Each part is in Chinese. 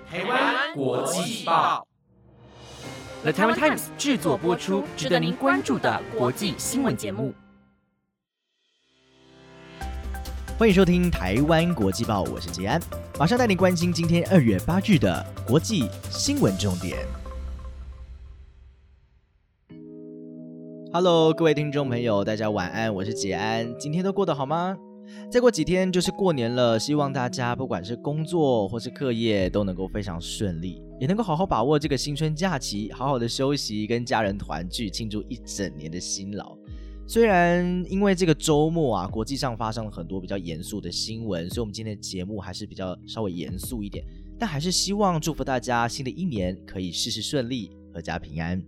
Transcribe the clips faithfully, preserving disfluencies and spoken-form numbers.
台湾国际报 The Taiwan Times 制作播出，值得您关注的国际新闻节目。 欢迎收听台湾国际报，我是杰安，马上带您关心今天二月八日的国际新闻重点。Hello， 各位听众朋友，大家晚安，我是杰安，今天都过得好吗？再过几天就是过年了，希望大家不管是工作或是课业都能够非常顺利，也能够好好把握这个新春假期，好好的休息，跟家人团聚，庆祝一整年的辛劳。虽然因为这个周末啊，国际上发生了很多比较严肃的新闻，所以我们今天的节目还是比较稍微严肃一点，但还是希望祝福大家新的一年可以事事顺利，阖家平安。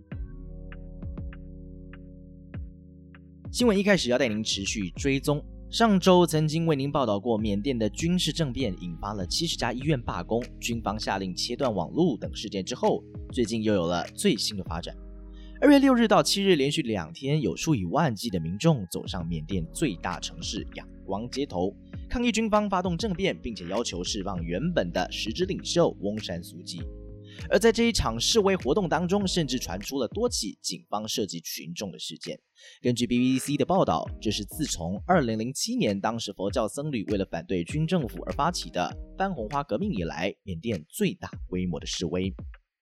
新闻一开始要带您持续追踪，上周曾经为您报道过缅甸的军事政变引发了七十家医院罢工，军方下令切断网路等事件之后，最近又有了最新的发展。二月六日到七日连续两天，有数以万计的民众走上缅甸最大城市仰光街头，抗议军方发动政变，并且要求释放原本的实质领袖翁山苏姬。而在这一场示威活动当中，甚至传出了多起警方射击群众的事件。根据 B B C 的报道，这是自从二零零七年当时佛教僧侣为了反对军政府而发起的番红花革命以来，缅甸最大规模的示威。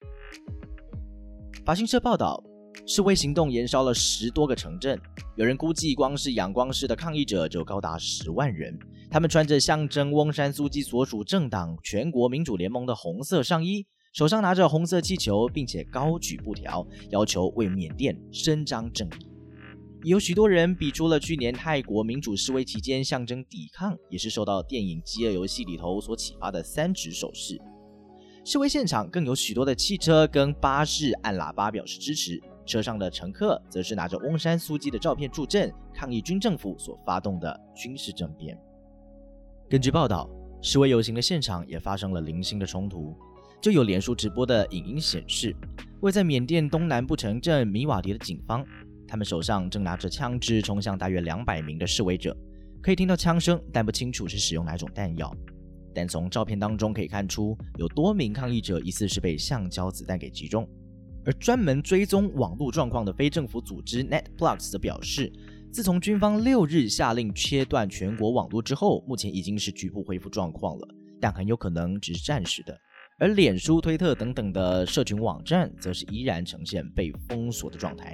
法新社报道，示威行动延烧了十多个城镇，有人估计光是仰光市的抗议者就高达十万人。他们穿着象征翁山苏姬所属政党全国民主联盟的红色上衣，手上拿着红色气球，并且高举布条，要求为缅甸伸张正义。也有许多人比出了去年泰国民主示威期间象征抵抗，也是受到电影《饥饿游戏》里头所启发的三指手势。示威现场更有许多的汽车跟巴士按喇叭表示支持，车上的乘客则是拿着翁山苏姬的照片助阵，抗议军政府所发动的军事政变。根据报道，示威游行的现场也发生了零星的冲突。就有脸书直播的影音显示，位在缅甸东南部城镇米瓦迪的警方，他们手上正拿着枪支冲向大约两百名的示威者，可以听到枪声，但不清楚是使用哪种弹药。但从照片当中可以看出，有多名抗议者疑似是被橡胶子弹给击中。而专门追踪网络状况的非政府组织 NetPlus 则表示，自从军方六日下令切断全国网络之后，目前已经是局部恢复状况了，但很有可能只是暂时的。而脸书、推特等等的社群网站则是依然呈现被封锁的状态。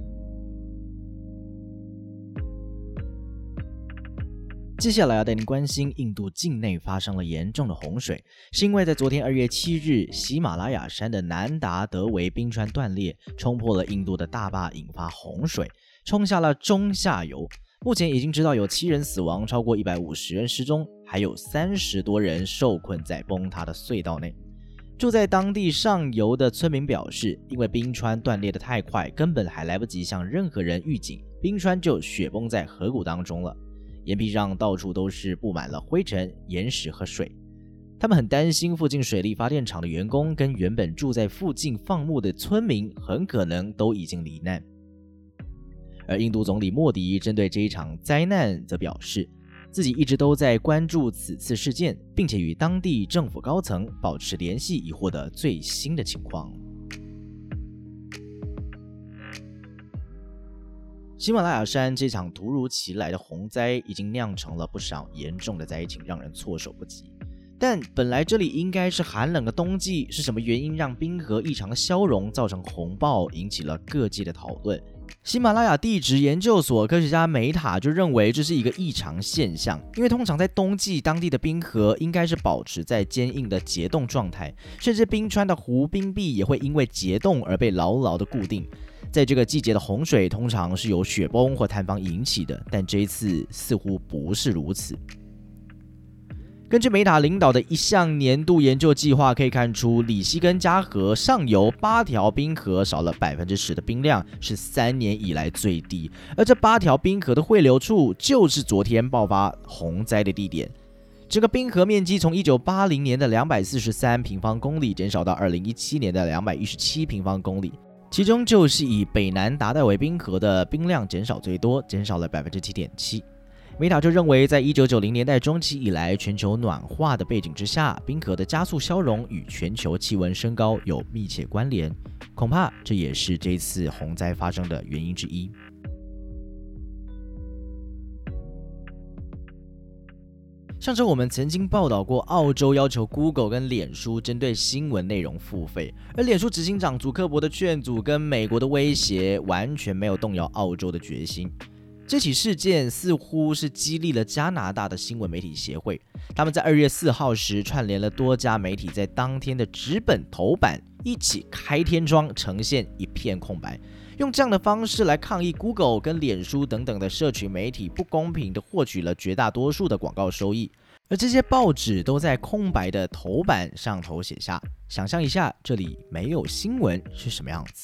接下来要带您关心印度境内发生了严重的洪水，是因为在昨天二月七日，喜马拉雅山的南达德维冰川断裂，冲破了印度的大坝，引发洪水，冲下了中下游。目前已经知道有七人死亡，超过一百五十人失踪，还有三十多人受困在崩塌的隧道内。住在当地上游的村民表示，因为冰川断裂得太快，根本还来不及向任何人预警，冰川就雪崩在河谷当中了。岩壁上到处都是布满了灰尘、岩石和水。他们很担心附近水力发电厂的员工跟原本住在附近放牧的村民很可能都已经罹难。而印度总理莫迪针对这一场灾难则表示，自己一直都在关注此次事件，并且与当地政府高层保持联系，以获得最新的情况。喜马拉雅山这场突如其来的洪灾已经酿成了不少严重的灾情，让人措手不及。但本来这里应该是寒冷的冬季，是什么原因让冰河异常消融，造成洪暴，引起了各界的讨论。喜马拉雅地质研究所科学家梅塔就认为这是一个异常现象，因为通常在冬季，当地的冰河应该是保持在坚硬的结冻状态，甚至冰川的湖冰壁也会因为结冻而被牢牢的固定。在这个季节的洪水通常是由雪崩或坍方引起的，但这一次似乎不是如此。根据梅塔领导的一项年度研究计划可以看出，里希根加河上游八条冰河少了 百分之十 的冰量，是三年以来最低。而这八条冰河的汇流处就是昨天爆发洪灾的地点。整个冰河面积从一九八零年的两百四十三平方公里减少到二零一七年的两百一十七平方公里，其中就是以北南达代维冰河的冰量减少最多，减少了 百分之七点七。 Meta 就认为，在一九九零年代中期以来，全球暖化的背景之下，冰河的加速消融与全球气温升高有密切关联，恐怕这也是这次洪灾发生的原因之一。上周我们曾经报道过，澳洲要求 Google 跟脸书针对新闻内容付费，而脸书执行长祖克伯的劝阻跟美国的威胁，完全没有动摇澳洲的决心。这起事件似乎是激励了加拿大的新闻媒体协会，他们在二月四号时串联了多家媒体，在当天的纸本头版一起开天窗，呈现一片空白，用这样的方式来抗议 Google 跟脸书等等的社群媒体不公平地获取了绝大多数的广告收益。而这些报纸都在空白的头版上头写下，想象一下这里没有新闻是什么样子。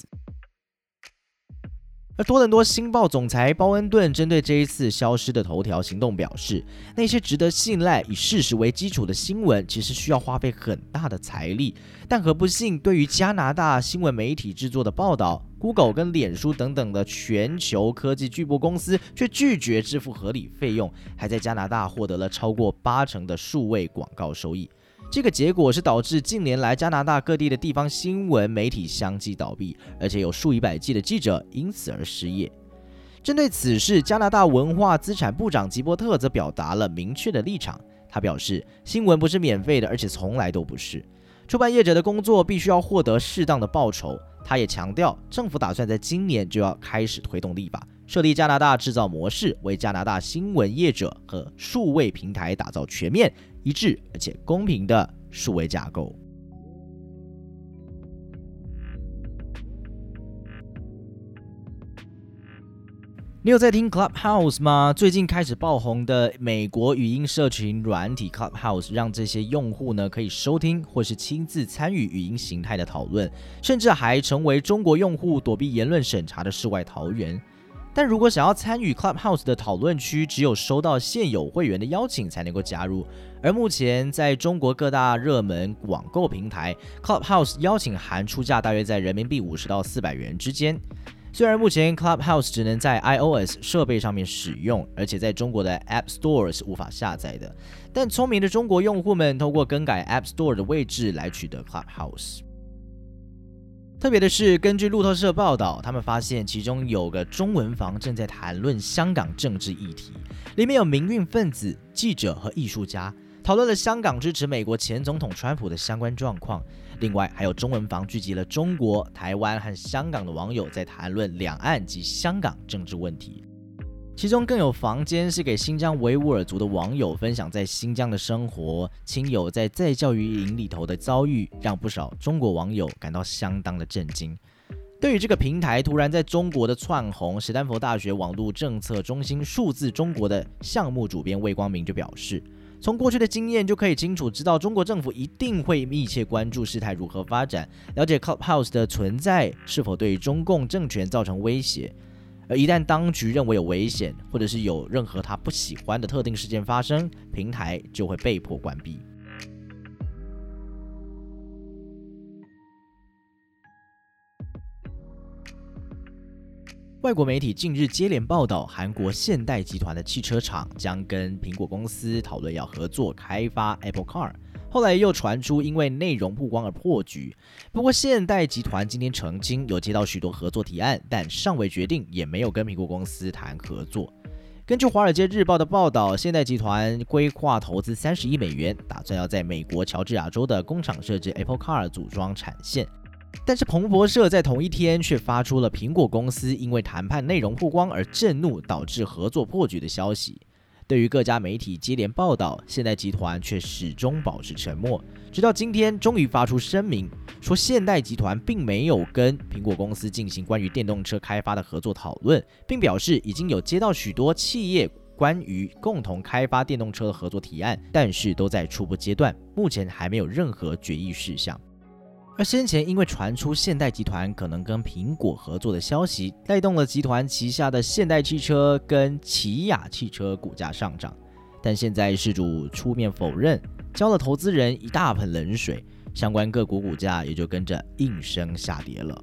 而多伦多星报总裁鲍恩顿针对这一次消失的头条行动表示，那些值得信赖以事实为基础的新闻其实需要花费很大的财力，但很不幸，对于加拿大新闻媒体制作的报道， Google 跟脸书等等的全球科技巨擘公司却拒绝支付合理费用，还在加拿大获得了超过八成的数位广告收益。这个结果是导致近年来加拿大各地的地方新闻媒体相继倒闭，而且有数以百计的记者因此而失业。针对此事，加拿大文化资产部长吉伯特则表达了明确的立场。他表示，新闻不是免费的，而且从来都不是。出版业者的工作必须要获得适当的报酬。他也强调，政府打算在今年就要开始推动立法，设立加拿大制造模式，为加拿大新闻业者和数位平台打造全面、一致而且公平的数位架构。你有在听 Clubhouse 吗？最近开始爆红的美国语音社群软体 Clubhouse 让这些用户呢可以收听或是亲自参与语音形态的讨论，甚至还成为中国用户躲避言论审查的世外桃源。但如果想要参与 Clubhouse 的讨论区，只有收到现有会员的邀请才能够加入。而目前在中国各大热门网购平台 Clubhouse 邀请函出价大约在人民币五十到四百元之间。虽然目前 Clubhouse 只能在 iOS 设备上面使用，而且在中国的 App Store 是无法下载的，但聪明的中国用户们透过更改 App Store 的位置来取得 Clubhouse。特别的是，根据路透社报道，他们发现其中有个中文房正在谈论香港政治议题，里面有民运分子、记者和艺术家，讨论了香港支持美国前总统川普的相关状况。另外，还有中文房聚集了中国、台湾和香港的网友在谈论两岸及香港政治问题。其中更有房间是给新疆维吾尔族的网友分享在新疆的生活，亲友在再教育营里头的遭遇，让不少中国网友感到相当的震惊。对于这个平台突然在中国的窜红，史丹佛大学网络政策中心数字中国的项目主编魏光明就表示，从过去的经验就可以清楚知道，中国政府一定会密切关注事态如何发展，了解 Clubhouse 的存在是否对中共政权造成威胁。而一旦当局认为有危险，或者是有任何他不喜欢的特定事件发生，平台就会被迫关闭。外国媒体近日接连报道，韩国现代集团的汽车厂将跟苹果公司讨论要合作开发 Apple Car， 后来又传出因为内容曝光而破局。不过现代集团今天澄清有接到许多合作提案，但尚未决定，也没有跟苹果公司谈合作。根据《华尔街日报》的报道，现代集团规划投资三十亿美元，打算要在美国乔治亚州的工厂设置 Apple Car 组装产线。但是彭博社在同一天却发出了苹果公司因为谈判内容曝光而震怒，导致合作破局的消息。对于各家媒体接连报道，现代集团却始终保持沉默，直到今天终于发出声明，说现代集团并没有跟苹果公司进行关于电动车开发的合作讨论，并表示已经有接到许多企业关于共同开发电动车的合作提案，但是都在初步阶段，目前还没有任何决议事项。而先前因为传出现代集团可能跟苹果合作的消息，带动了集团旗下的现代汽车跟起亚汽车股价上涨，但现在事主出面否认，浇了投资人一大盆冷水，相关个股股价也就跟着应声下跌了。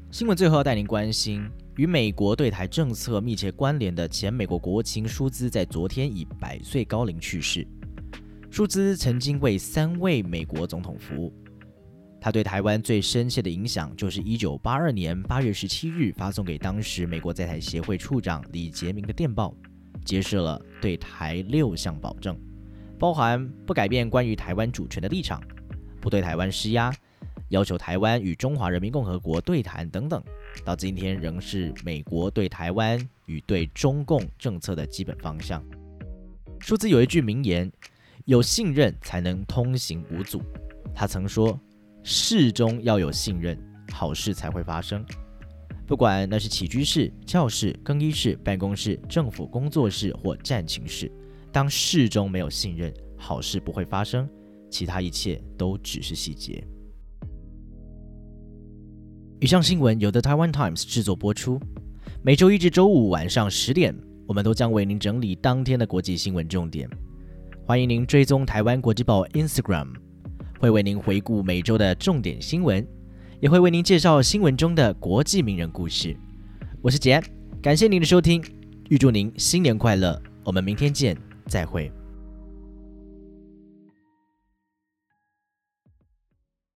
新闻最后要带您关心，与美国对台政策密切关联的前美国国务卿舒兹在昨天以百岁高龄去世。舒兹曾经为三位美国总统服务，他对台湾最深切的影响就是一九八二年八月十七日发送给当时美国在台协会处长李杰明的电报，揭示了对台六项保证，包含不改变关于台湾主权的立场，不对台湾施压，要求台湾与中华人民共和国对谈等等，到今天仍是美国对台湾与对中共政策的基本方向。舒兹有一句名言，有信任才能通行无阻。他曾说，事中要有信任，好事才会发生。不管那是起居室、教室、更衣室、办公室、政府工作室或战情室，当事中没有信任，好事不会发生，其他一切都只是细节。以上新闻由 The Taiwan Times 制作播出，每周一至周五晚上十点，我们都将为您整理当天的国际新闻重点。欢迎您追踪台湾国际报 Instagram， 会为您回顾每周的重点新闻，也会为您介绍新闻中的国际名人故事。我是杰安，感谢您的收听，预祝您新年快乐，我们明天见，再会。